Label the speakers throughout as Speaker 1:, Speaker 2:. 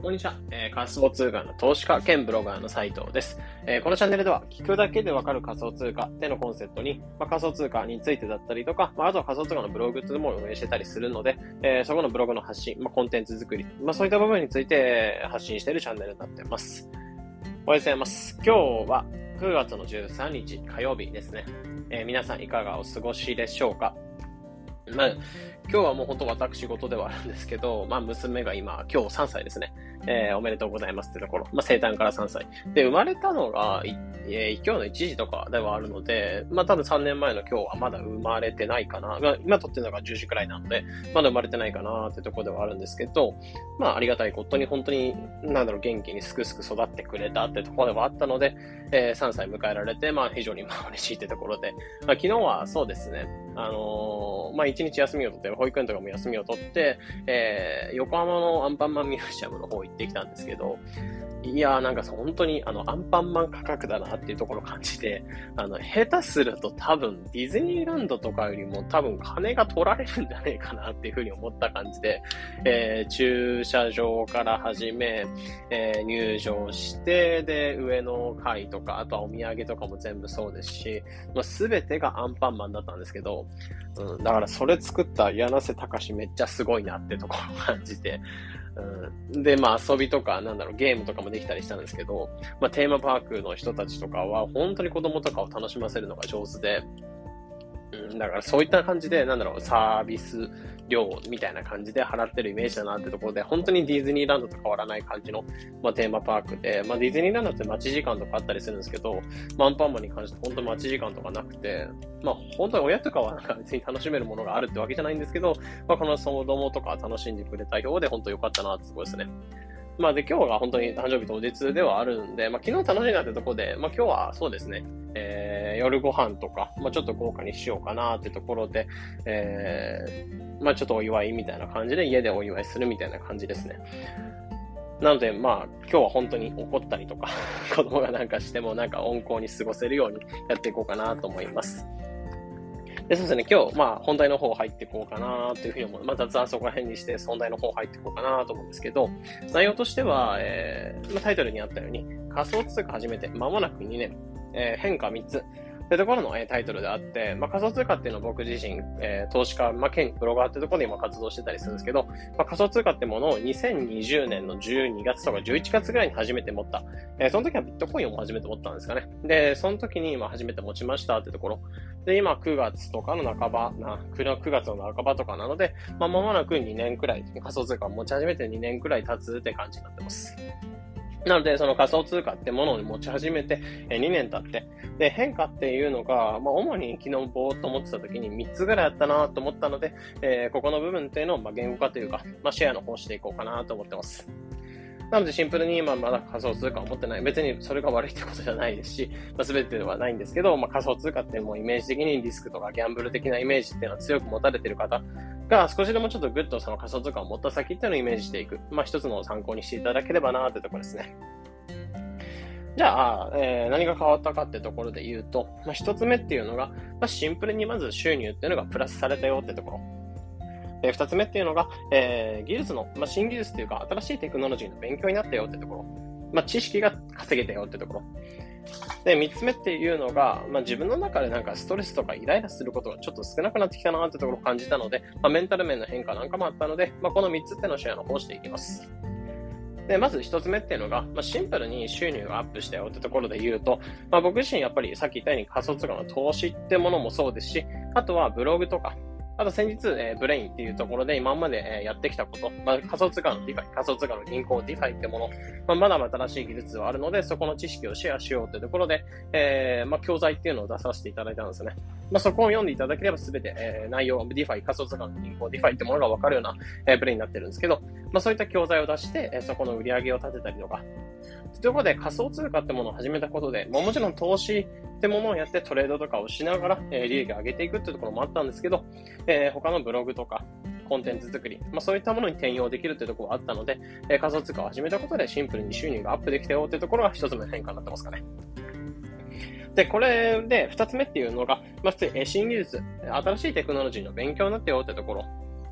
Speaker 1: こんにちは。仮想通貨の投資家兼ブロガーの斉藤です。このチャンネルでは聞くだけでわかる仮想通貨ってのコンセプトに、仮想通貨についてだったりとか、あとは仮想通貨のブログっていうのも運営してたりするので、そこのブログの発信、コンテンツ作り、そういった部分について発信しているチャンネルになっています。おはようございます。今日は9月の13日火曜日ですね。皆さんいかがお過ごしでしょうか。今日はもう本当私事ではあるんですけど、娘が今日3歳ですね。おめでとうございますってところ。生誕から3歳。で、生まれたのが、今日の1時とかではあるので、多分3年前の今日はまだ生まれてないかな。今撮ってるのが10時くらいなので、まだ生まれてないかなってところではあるんですけど、ありがたいことに本当に、元気にすくすく育ってくれたってところではあったので、3歳迎えられて、非常に嬉しいってところで、昨日はそうですね、一日休みを取って、保育園とかも休みを取って、横浜のアンパンマンミュージアムの方行ってきたんですけど、いやー本当にアンパンマン価格だなっていうところを感じて、下手すると多分ディズニーランドとかよりも多分金が取られるんじゃねえかなっていうふうに思った感じで、駐車場から始め、入場して、で、上の階とか、あとはお土産とかも全部そうですし、すべてがアンパンマンだったんですけど、だからそれ作った柳瀬隆めっちゃすごいなってところを感じて、で、遊びとか、ゲームとかもできたりしたんですけど、テーマパークの人たちとかは、本当に子供とかを楽しませるのが上手で、だからそういった感じで、サービス料みたいな感じで払ってるイメージだなってところで、本当にディズニーランドと変わらない感じの、テーマパークで、ディズニーランドって待ち時間とかあったりするんですけど、アンパンマンに関して本当に待ち時間とかなくて、本当に親とかは別に楽しめるものがあるってわけじゃないんですけど、この子供とか楽しんでくれたようで本当良かったなってところですね。で、今日が本当に誕生日当日ではあるんで、昨日楽しいなってところで、今日はそうですね、夜ご飯とか、ちょっと豪華にしようかなってところで、ちょっとお祝いみたいな感じで家でお祝いするみたいな感じですね。なので、今日は本当に怒ったりとか、子供がしても温厚に過ごせるようにやっていこうかなと思います。で、そうですね、今日、本題の方入っていこうかなというふうに思う。雑談そこら辺にして、本題の方入っていこうかなと思うんですけど、内容としては、タイトルにあったように、仮想通貨始めて間もなく2年、変化3つ。ってところの、タイトルであって、仮想通貨っていうのは僕自身、投資家、兼ブロガーってところで今活動してたりするんですけど、仮想通貨ってものを2020年の12月とか11月ぐらいに初めて持った。その時はビットコインを初めて持ったんですかね。で、その時に今初めて持ちましたってところ。で、今9月とかの半ば、9月の半ばとかなので、間もなく2年くらい、仮想通貨を持ち始めて2年くらい経つって感じになってます。なので、その仮想通貨ってものを持ち始めて2年経って、で、変化っていうのが、主に昨日ぼーっと思ってた時に3つぐらいあったなと思ったので、ここの部分っていうのを言語化というか、シェアの方していこうかなと思ってます。なのでシンプルに今まだ仮想通貨を持ってない。別にそれが悪いってことじゃないですし、全てではないんですけど、仮想通貨ってもうイメージ的にリスクとかギャンブル的なイメージっていうのは強く持たれている方が少しでもちょっとグッとその仮想通貨を持った先っていうのをイメージしていく。一つの参考にしていただければなというところですね。じゃあ、何が変わったかってところで言うと、一つ目っていうのが、シンプルにまず収入っていうのがプラスされたよってところ。二つ目っていうのが、技術の、新技術というか新しいテクノロジーの勉強になったよってところ。知識が稼げたよってところ。で、三つ目っていうのが、自分の中でストレスとかイライラすることがちょっと少なくなってきたなってところを感じたので、メンタル面の変化なんかもあったので、この三つっていうのをシェアの方していきます。で、まず一つ目っていうのが、シンプルに収入がアップしたよってところで言うと、僕自身やっぱりさっき言ったように仮想通貨の投資ってものもそうですし、あとはブログとか、あと先日、ブレインっていうところで今まで、やってきたこと、仮想通貨のディファイ、仮想通貨の銀行ディファイってもの、まだ新しい技術はあるので、そこの知識をシェアしようというところで、教材っていうのを出させていただいたんですね。そこを読んでいただければすべて、内容、ディファイ、仮想通貨の銀行ディファイってものがわかるような、プレイになってるんですけど、そういった教材を出して、そこの売り上げを立てたりとか、ということで仮想通貨ってものを始めたことで、もちろん投資ってものをやってトレードとかをしながら、利益を上げていくっていうところもあったんですけど、他のブログとかコンテンツ作り、そういったものに転用できるっていうところがあったので、仮想通貨を始めたことでシンプルに収入がアップできたよっていうところが一つ目の変化になってますかね。で、これで二つ目っていうのが、普通に新技術、新しいテクノロジーの勉強になったよってところ。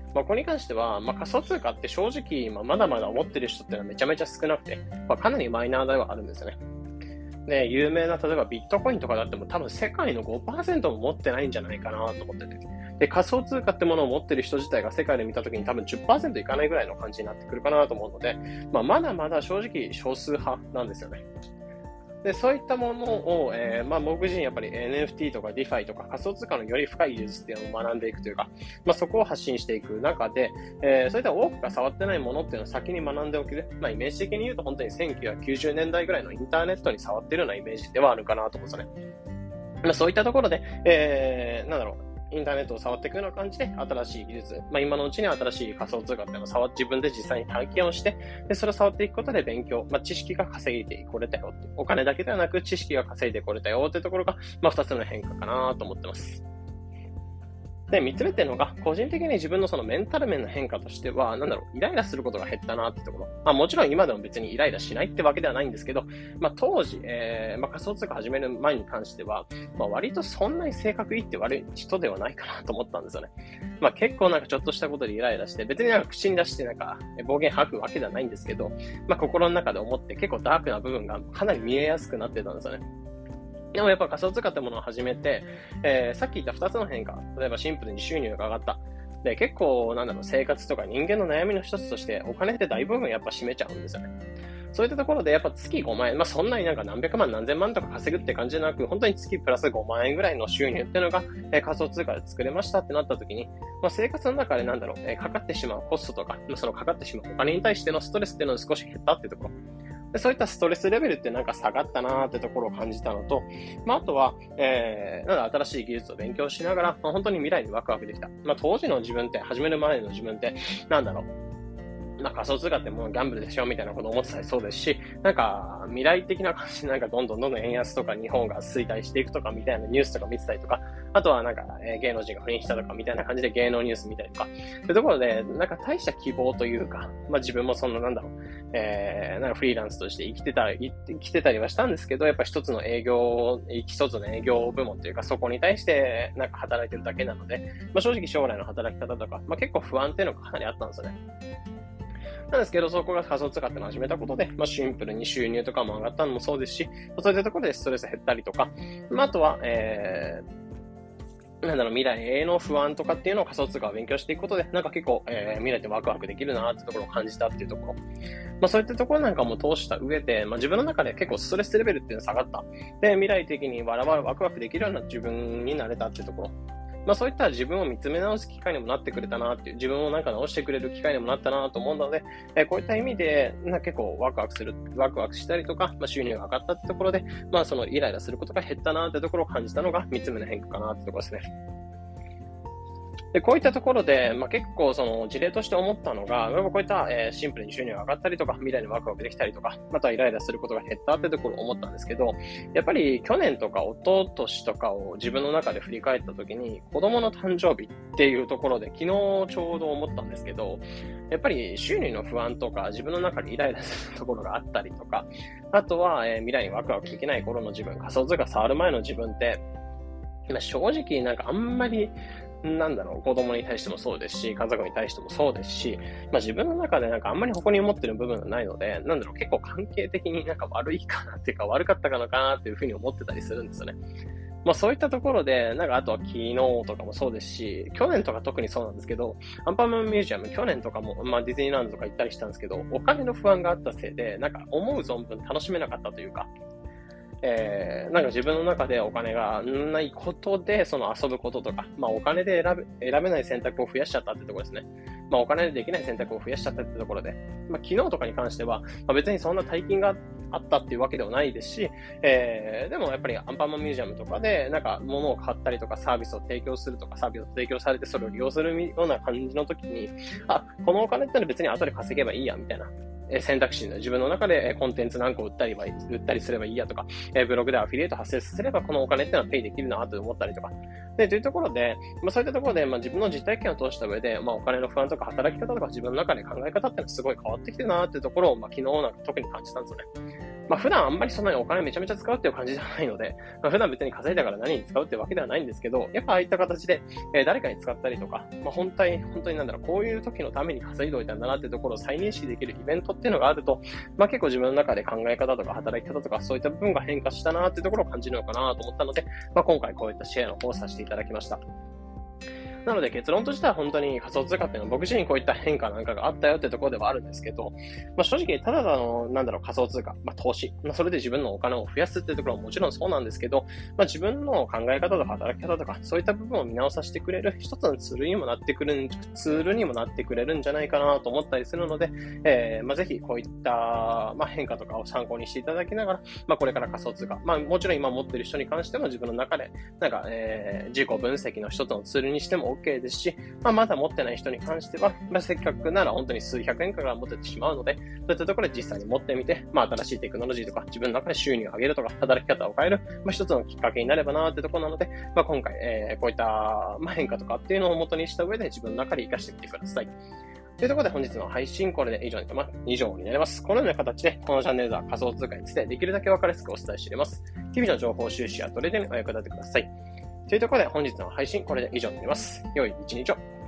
Speaker 1: ここに関しては、仮想通貨って正直、まだまだ思ってる人っていうのはめちゃめちゃ少なくて、かなりマイナーではあるんですよね。で、有名な、例えばビットコインとかだっても多分世界の 5% も持ってないんじゃないかなと思ってて。で、仮想通貨ってものを持ってる人自体が世界で見たときに多分 10% いかないぐらいの感じになってくるかなと思うので、まだまだ正直少数派なんですよね。で、そういったものを、僕自身やっぱり NFT とか DeFi とか仮想通貨のより深い技術っていうのを学んでいくというか、そこを発信していく中で、そういった多くが触ってないものっていうのを先に学んでおける。イメージ的に言うと本当に1990年代ぐらいのインターネットに触ってるようなイメージではあるかなと思うんですよね。そういったところで、インターネットを触っていくような感じで、新しい技術、今のうちに新しい仮想通貨っていうのを自分で実際に体験をして、で、それを触っていくことで勉強、知識が稼いでこれたよって。お金だけではなく知識が稼いでこれたよっていうところが、二つの変化かなと思ってます。で、三つ目っていうのが、個人的に自分のそのメンタル面の変化としては、イライラすることが減ったなってところ。もちろん今でも別にイライラしないってわけではないんですけど、当時、仮想通貨始める前に関しては、割とそんなに性格いいって悪い人ではないかなと思ったんですよね。結構ちょっとしたことでイライラして、別に口に出して暴言吐くわけではないんですけど、心の中で思って結構ダークな部分がかなり見えやすくなってたんですよね。でもやっぱ仮想通貨ってものを始めて、さっき言った2つの変化、例えばシンプルに収入が上がった。で、結構生活とか人間の悩みの一つとしてお金って大部分やっぱ占めちゃうんですよね。そういったところでやっぱ月5万円、そんなに何百万何千万とか稼ぐって感じじゃなく、本当に月プラス5万円ぐらいの収入っていうのが、仮想通貨で作れましたってなった時に、生活の中でかかってしまうコストとか、そのかかってしまうお金に対してのストレスっていうのが少し減ったっていうところ。でそういったストレスレベルって下がったなーってところを感じたのと、あとは、新しい技術を勉強しながら、本当に未来にワクワクできた。当時の自分って、始める前の自分って、仮想通貨ってもうギャンブルでしょみたいなことを思ってたりそうですし、未来的な感じでどんどん円安とか日本が衰退していくとかみたいなニュースとか見てたりとか、あとは芸能人が不倫したとかみたいな感じで芸能ニュース見たりとか、そういうところで大した希望というか、自分もそのフリーランスとして生きてたりはしたんですけど、やっぱ一つの営業部門というか、そこに対して働いてるだけなので、正直将来の働き方とか、結構不安っていうのがかなりあったんですよね。なんですけど、そこが仮想通貨ってのを始めたことで、シンプルに収入とかも上がったのもそうですし、そういったところでストレス減ったりとか、あとは、未来への不安とかっていうのを仮想通貨を勉強していくことで、結構、未来ってワクワクできるなってところを感じたっていうところ。そういったところなんかも通した上で、自分の中で結構ストレスレベルっていうのが下がった。で、未来的にワクワクできるような自分になれたっていうところ。そういった自分を見つめ直す機会にもなってくれたなっていう、自分を直してくれる機会にもなったなと思うので、こういった意味で、結構ワクワクしたりとか、収入が上がったってところで、そのイライラすることが減ったなってところを感じたのが3つ目の変化かなってところですね。で、こういったところで、結構その事例として思ったのが、こういった、シンプルに収入が上がったりとか、未来にワクワクできたりとか、またはイライラすることが減ったってところを思ったんですけど、やっぱり去年とか一昨年とかを自分の中で振り返った時に、子供の誕生日っていうところで、昨日ちょうど思ったんですけど、やっぱり収入の不安とか、自分の中でイライラするところがあったりとか、あとは、未来にワクワクできない頃の自分、仮想通貨触る前の自分って、正直あんまり、子供に対してもそうですし、家族に対してもそうですし、自分の中であんまり誇りに思ってる部分がないので、結構関係的に悪いかなっていうか悪かったかなっていうふうに思ってたりするんですよね。そういったところで、あとは昨日とかもそうですし、去年とか特にそうなんですけど、アンパンマンミュージアム、去年とかも、ディズニーランドとか行ったりしたんですけど、お金の不安があったせいで、思う存分楽しめなかったというか、自分の中でお金がないことで、その遊ぶこととか、お金で選べない選択を増やしちゃったってところですね。お金でできない選択を増やしちゃったってところで、昨日とかに関しては、別にそんな大金があったっていうわけではないですし、でもやっぱりアンパンマンミュージアムとかで、物を買ったりとかサービスを提供するとか、サービスを提供されてそれを利用するような感じの時に、このお金ってのは別に後で稼げばいいや、みたいな。選択肢の自分の中でコンテンツ何個売ったりすればいいやとか、ブログでアフィリエイト発生すればこのお金ってのはペイできるなと思ったりとか。で、というところで、そういったところで、自分の実体験を通した上で、お金の不安とか働き方とか自分の中で考え方ってのはすごい変わってきてるなっていうところを、昨日特に感じたんですよね。 普段あんまりそんなにお金めちゃめちゃ使うっていう感じじゃないので、普段別に稼いだから何に使うっていうわけではないんですけど、やっぱああいった形で、誰かに使ったりとか、本当にこういう時のために稼いどいたんだなってところを再認識できるイベントっていうのがあると、結構自分の中で考え方とか働き方とかそういった部分が変化したなってところを感じるのかなと思ったので、今回こういったシェアの方をさせていただきました。なので結論としては本当に仮想通貨っていうのは僕自身こういった変化なんかがあったよってところではあるんですけど、正直ただ仮想通貨、投資、それで自分のお金を増やすっていうところももちろんそうなんですけど、自分の考え方とか働き方とかそういった部分を見直させてくれる一つのツールにもなってくれるんじゃないかなと思ったりするので、ぜひこういった変化とかを参考にしていただきながら、これから仮想通貨、もちろん今持っている人に関しても自分の中で自己分析の一つのツールにしてもOK ですし、まだ持ってない人に関しては、せっかくなら本当に数百円から持っててしまうので、そういったところで実際に持ってみて、新しいテクノロジーとか自分の中で収入を上げるとか働き方を変える、一つのきっかけになればなってところなので、今回、こういった、変化とかっていうのを元にした上で自分の中で活かしてみてください。というところで本日の配信これで以上になります。このような形でこのチャンネルでは仮想通貨についてできるだけ分かりやすくお伝えしています。日々の情報収集やトレードにお役立てください。というところで本日の配信これで以上になります。良い一日を。